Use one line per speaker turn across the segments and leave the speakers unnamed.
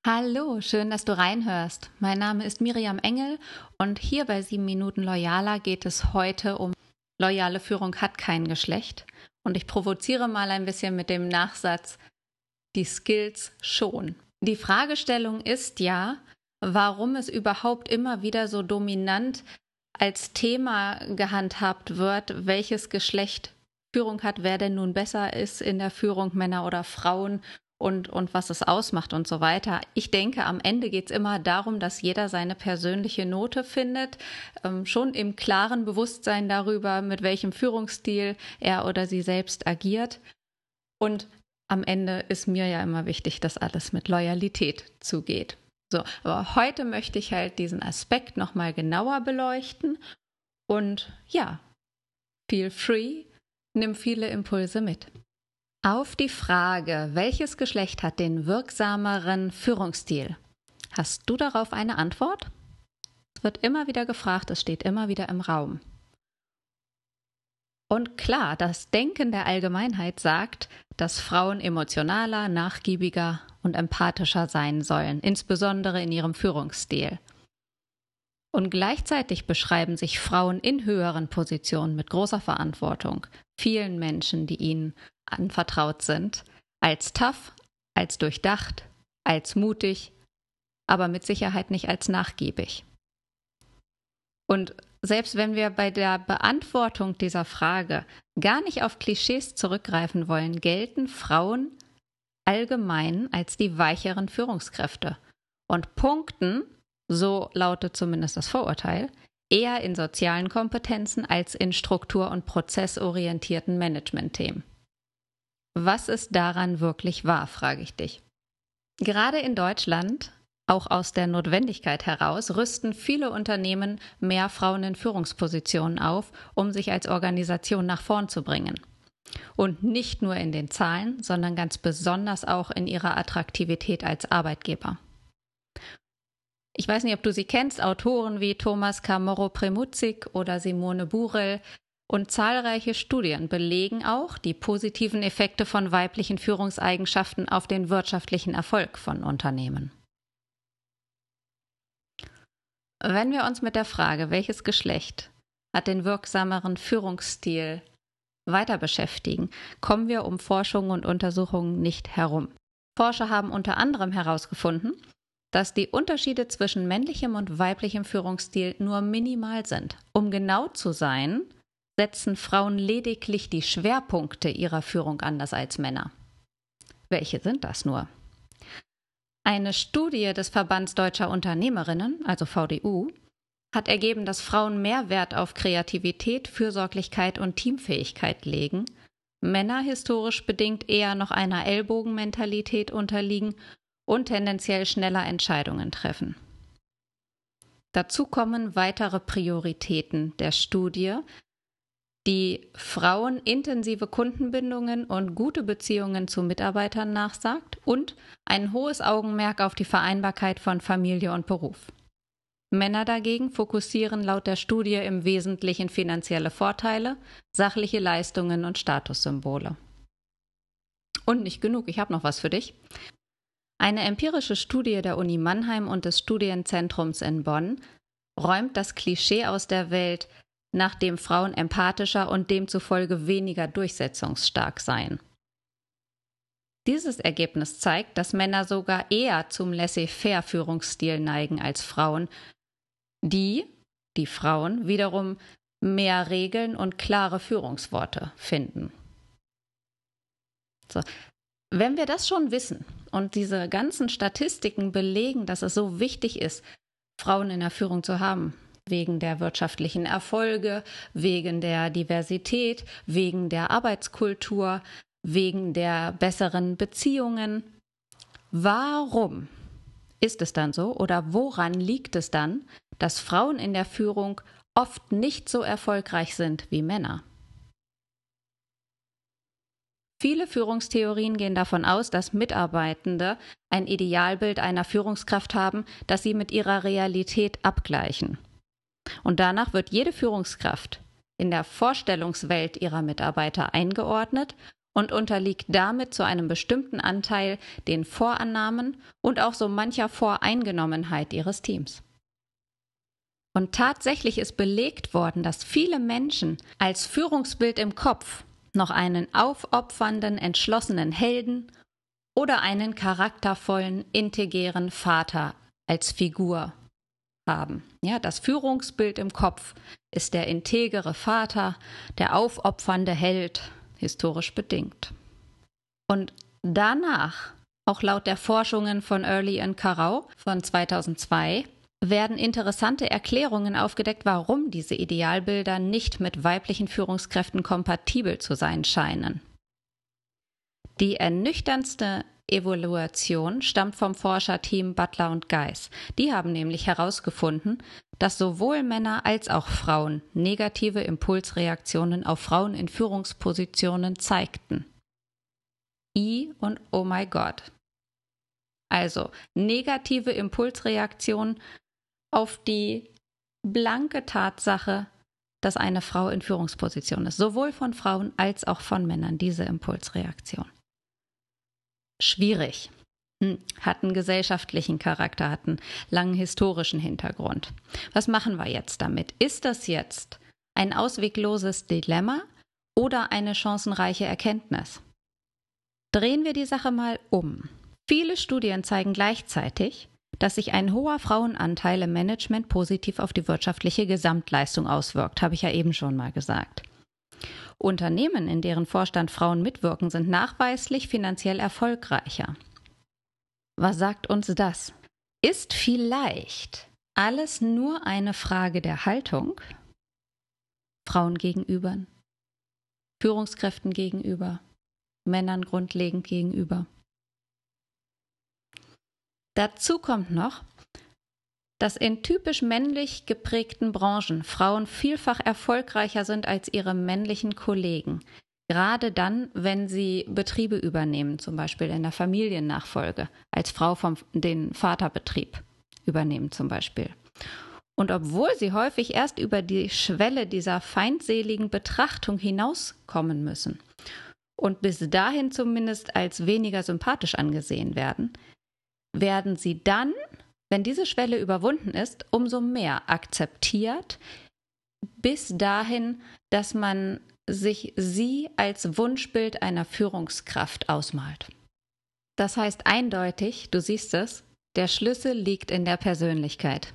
Hallo, schön, dass du reinhörst. Mein Name ist Miriam Engel und hier bei 7 Minuten Loyaler geht es heute um loyale Führung hat kein Geschlecht. Und ich provoziere mal ein bisschen mit dem Nachsatz, die Skills schon. Die Fragestellung ist ja, warum es überhaupt immer wieder so dominant als Thema gehandhabt wird, welches Geschlecht Führung hat, wer denn nun besser ist in der Führung, Männer oder Frauen und was es ausmacht und so weiter. Ich denke, am Ende geht es immer darum, dass jeder seine persönliche Note findet, schon im klaren Bewusstsein darüber, mit welchem Führungsstil er oder sie selbst agiert. Und am Ende ist mir ja immer wichtig, dass alles mit Loyalität zugeht. So, aber heute möchte ich halt diesen Aspekt nochmal genauer beleuchten und ja, feel free, nimm viele Impulse mit. Auf die Frage, welches Geschlecht hat den wirksameren Führungsstil? Hast du darauf eine Antwort? Es wird immer wieder gefragt, es steht immer wieder im Raum. Und klar, das Denken der Allgemeinheit sagt, dass Frauen emotionaler, nachgiebiger und empathischer sein sollen, insbesondere in ihrem Führungsstil. Und gleichzeitig beschreiben sich Frauen in höheren Positionen mit großer Verantwortung, vielen Menschen, die ihnen anvertraut sind, als tough, als durchdacht, als mutig, aber mit Sicherheit nicht als nachgiebig. Und selbst wenn wir bei der Beantwortung dieser Frage gar nicht auf Klischees zurückgreifen wollen, gelten Frauen allgemein als die weicheren Führungskräfte und punkten, so lautet zumindest das Vorurteil, eher in sozialen Kompetenzen als in struktur- und prozessorientierten Management-Themen. Was ist daran wirklich wahr, frage ich dich. Gerade in Deutschland, auch aus der Notwendigkeit heraus, rüsten viele Unternehmen mehr Frauen in Führungspositionen auf, um sich als Organisation nach vorn zu bringen. Und nicht nur in den Zahlen, sondern ganz besonders auch in ihrer Attraktivität als Arbeitgeber. Ich weiß nicht, ob du sie kennst, Autoren wie Thomas Kamoro-Premuzig oder Simone Burel. Und zahlreiche Studien belegen auch die positiven Effekte von weiblichen Führungseigenschaften auf den wirtschaftlichen Erfolg von Unternehmen. Wenn wir uns mit der Frage, welches Geschlecht hat den wirksameren Führungsstil, weiter beschäftigen, kommen wir um Forschungen und Untersuchungen nicht herum. Forscher haben unter anderem herausgefunden, dass die Unterschiede zwischen männlichem und weiblichem Führungsstil nur minimal sind. Um genau zu sein, setzen Frauen lediglich die Schwerpunkte ihrer Führung anders als Männer. Welche sind das nur? Eine Studie des Verbands Deutscher Unternehmerinnen, also VDU, hat ergeben, dass Frauen mehr Wert auf Kreativität, Fürsorglichkeit und Teamfähigkeit legen, Männer historisch bedingt eher noch einer Ellbogenmentalität unterliegen und tendenziell schneller Entscheidungen treffen. Dazu kommen weitere Prioritäten der Studie, die Frauen intensive Kundenbindungen und gute Beziehungen zu Mitarbeitern nachsagt und ein hohes Augenmerk auf die Vereinbarkeit von Familie und Beruf. Männer dagegen fokussieren laut der Studie im Wesentlichen finanzielle Vorteile, sachliche Leistungen und Statussymbole. Und nicht genug, ich habe noch was für dich. Eine empirische Studie der Uni Mannheim und des Studienzentrums in Bonn räumt das Klischee aus der Welt, nachdem Frauen empathischer und demzufolge weniger durchsetzungsstark seien. Dieses Ergebnis zeigt, dass Männer sogar eher zum Laissez-faire-Führungsstil neigen als Frauen, die Frauen wiederum mehr Regeln und klare Führungsworte finden. So. Wenn wir das schon wissen und diese ganzen Statistiken belegen, dass es so wichtig ist, Frauen in der Führung zu haben, wegen der wirtschaftlichen Erfolge, wegen der Diversität, wegen der Arbeitskultur, wegen der besseren Beziehungen. Warum ist es dann so oder woran liegt es dann, dass Frauen in der Führung oft nicht so erfolgreich sind wie Männer? Viele Führungstheorien gehen davon aus, dass Mitarbeitende ein Idealbild einer Führungskraft haben, das sie mit ihrer Realität abgleichen. Und danach wird jede Führungskraft in der Vorstellungswelt ihrer Mitarbeiter eingeordnet und unterliegt damit zu einem bestimmten Anteil den Vorannahmen und auch so mancher Voreingenommenheit ihres Teams. Und tatsächlich ist belegt worden, dass viele Menschen als Führungsbild im Kopf noch einen aufopfernden, entschlossenen Helden oder einen charaktervollen, integeren Vater als Figur haben. Ja, das Führungsbild im Kopf ist der integere Vater, der aufopfernde Held, historisch bedingt. Und danach, auch laut der Forschungen von Early und Carrau von 2002, werden interessante Erklärungen aufgedeckt, warum diese Idealbilder nicht mit weiblichen Führungskräften kompatibel zu sein scheinen. Die ernüchterndste Evaluation stammt vom Forscherteam Butler und Geis. Die haben nämlich herausgefunden, dass sowohl Männer als auch Frauen negative Impulsreaktionen auf Frauen in Führungspositionen zeigten. Und oh my God. Also negative Impulsreaktionen auf die blanke Tatsache, dass eine Frau in Führungsposition ist. Sowohl von Frauen als auch von Männern, diese Impulsreaktion. Schwierig. Hat einen gesellschaftlichen Charakter, hat einen langen historischen Hintergrund. Was machen wir jetzt damit? Ist das jetzt ein auswegloses Dilemma oder eine chancenreiche Erkenntnis? Drehen wir die Sache mal um. Viele Studien zeigen gleichzeitig, dass sich ein hoher Frauenanteil im Management positiv auf die wirtschaftliche Gesamtleistung auswirkt, habe ich ja eben schon mal gesagt. Unternehmen, in deren Vorstand Frauen mitwirken, sind nachweislich finanziell erfolgreicher. Was sagt uns das? Ist vielleicht alles nur eine Frage der Haltung? Frauen gegenüber, Führungskräften gegenüber, Männern grundlegend gegenüber. Dazu kommt noch, dass in typisch männlich geprägten Branchen Frauen vielfach erfolgreicher sind als ihre männlichen Kollegen. Gerade dann, wenn sie Betriebe übernehmen, zum Beispiel in der Familiennachfolge, als Frau den Vaterbetrieb übernehmen zum Beispiel. Und obwohl sie häufig erst über die Schwelle dieser feindseligen Betrachtung hinauskommen müssen und bis dahin zumindest als weniger sympathisch angesehen werden, werden sie dann, wenn diese Schwelle überwunden ist, umso mehr akzeptiert, bis dahin, dass man sich sie als Wunschbild einer Führungskraft ausmalt. Das heißt eindeutig, du siehst es, der Schlüssel liegt in der Persönlichkeit.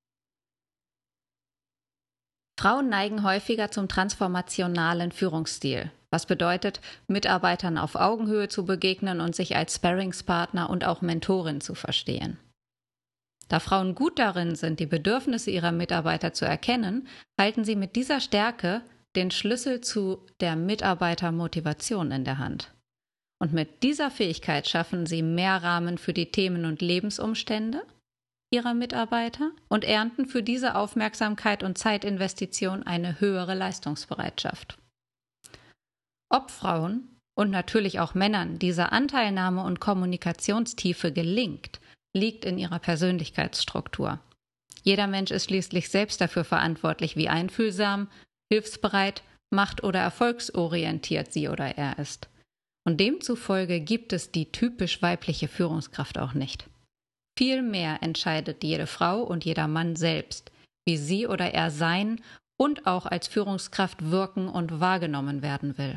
Frauen neigen häufiger zum transformationalen Führungsstil, was bedeutet, Mitarbeitern auf Augenhöhe zu begegnen und sich als Sparringspartner und auch Mentorin zu verstehen. Da Frauen gut darin sind, die Bedürfnisse ihrer Mitarbeiter zu erkennen, halten sie mit dieser Stärke den Schlüssel zu der Mitarbeitermotivation in der Hand. Und mit dieser Fähigkeit schaffen sie mehr Rahmen für die Themen und Lebensumstände ihrer Mitarbeiter und ernten für diese Aufmerksamkeit und Zeitinvestition eine höhere Leistungsbereitschaft. Ob Frauen und natürlich auch Männern diese Anteilnahme und Kommunikationstiefe gelingt, liegt in ihrer Persönlichkeitsstruktur. Jeder Mensch ist schließlich selbst dafür verantwortlich, wie einfühlsam, hilfsbereit, macht- oder erfolgsorientiert sie oder er ist. Und demzufolge gibt es die typisch weibliche Führungskraft auch nicht. Vielmehr entscheidet jede Frau und jeder Mann selbst, wie sie oder er sein und auch als Führungskraft wirken und wahrgenommen werden will.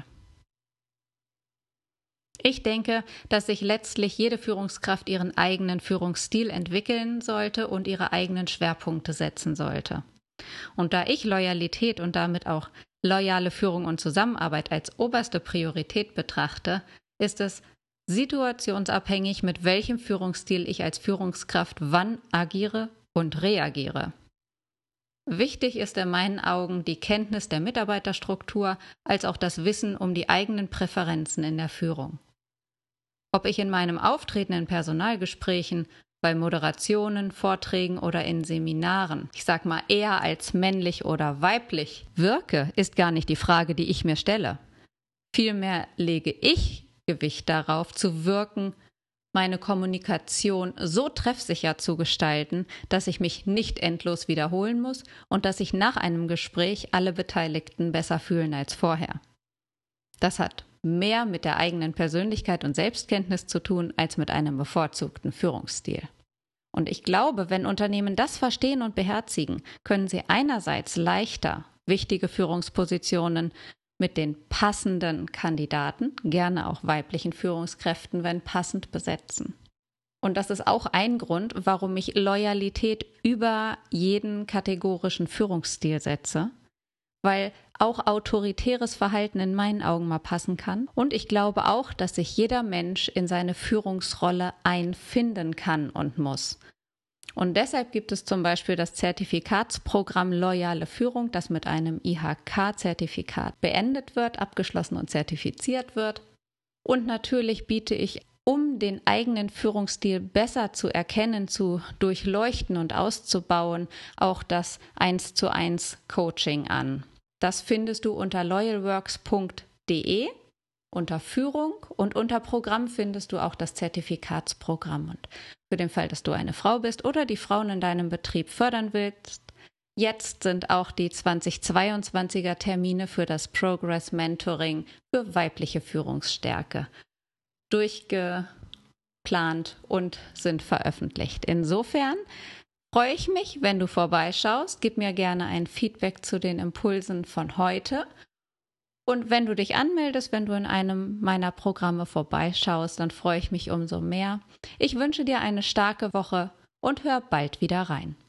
Ich denke, dass sich letztlich jede Führungskraft ihren eigenen Führungsstil entwickeln sollte und ihre eigenen Schwerpunkte setzen sollte. Und da ich Loyalität und damit auch loyale Führung und Zusammenarbeit als oberste Priorität betrachte, ist es situationsabhängig, mit welchem Führungsstil ich als Führungskraft wann agiere und reagiere. Wichtig ist in meinen Augen die Kenntnis der Mitarbeiterstruktur als auch das Wissen um die eigenen Präferenzen in der Führung. Ob ich in meinem Auftreten in Personalgesprächen, bei Moderationen, Vorträgen oder in Seminaren, ich sag mal eher als männlich oder weiblich wirke, ist gar nicht die Frage, die ich mir stelle. Vielmehr lege ich Gewicht darauf zu wirken, meine Kommunikation so treffsicher zu gestalten, dass ich mich nicht endlos wiederholen muss und dass sich nach einem Gespräch alle Beteiligten besser fühlen als vorher. Das hat mehr mit der eigenen Persönlichkeit und Selbstkenntnis zu tun als mit einem bevorzugten Führungsstil. Und ich glaube, wenn Unternehmen das verstehen und beherzigen, können sie einerseits leichter wichtige Führungspositionen mit den passenden Kandidaten, gerne auch weiblichen Führungskräften, wenn passend, besetzen. Und das ist auch ein Grund, warum ich Loyalität über jeden kategorischen Führungsstil setze, weil auch autoritäres Verhalten in meinen Augen mal passen kann. Und ich glaube auch, dass sich jeder Mensch in seine Führungsrolle einfinden kann und muss. Und deshalb gibt es zum Beispiel das Zertifikatsprogramm Loyale Führung, das mit einem IHK-Zertifikat beendet wird, abgeschlossen und zertifiziert wird. Und natürlich biete ich, um den eigenen Führungsstil besser zu erkennen, zu durchleuchten und auszubauen, auch das 1:1 Coaching an. Das findest du unter loyalworks.de, unter Führung, und unter Programm findest du auch das Zertifikatsprogramm. Und für den Fall, dass du eine Frau bist oder die Frauen in deinem Betrieb fördern willst, jetzt sind auch die 2022er Termine für das Progress Mentoring für weibliche Führungsstärke durchgeplant und sind veröffentlicht. Insofern freue ich mich, wenn du vorbeischaust. Gib mir gerne ein Feedback zu den Impulsen von heute. Und wenn du dich anmeldest, wenn du in einem meiner Programme vorbeischaust, dann freue ich mich umso mehr. Ich wünsche dir eine starke Woche und hör bald wieder rein.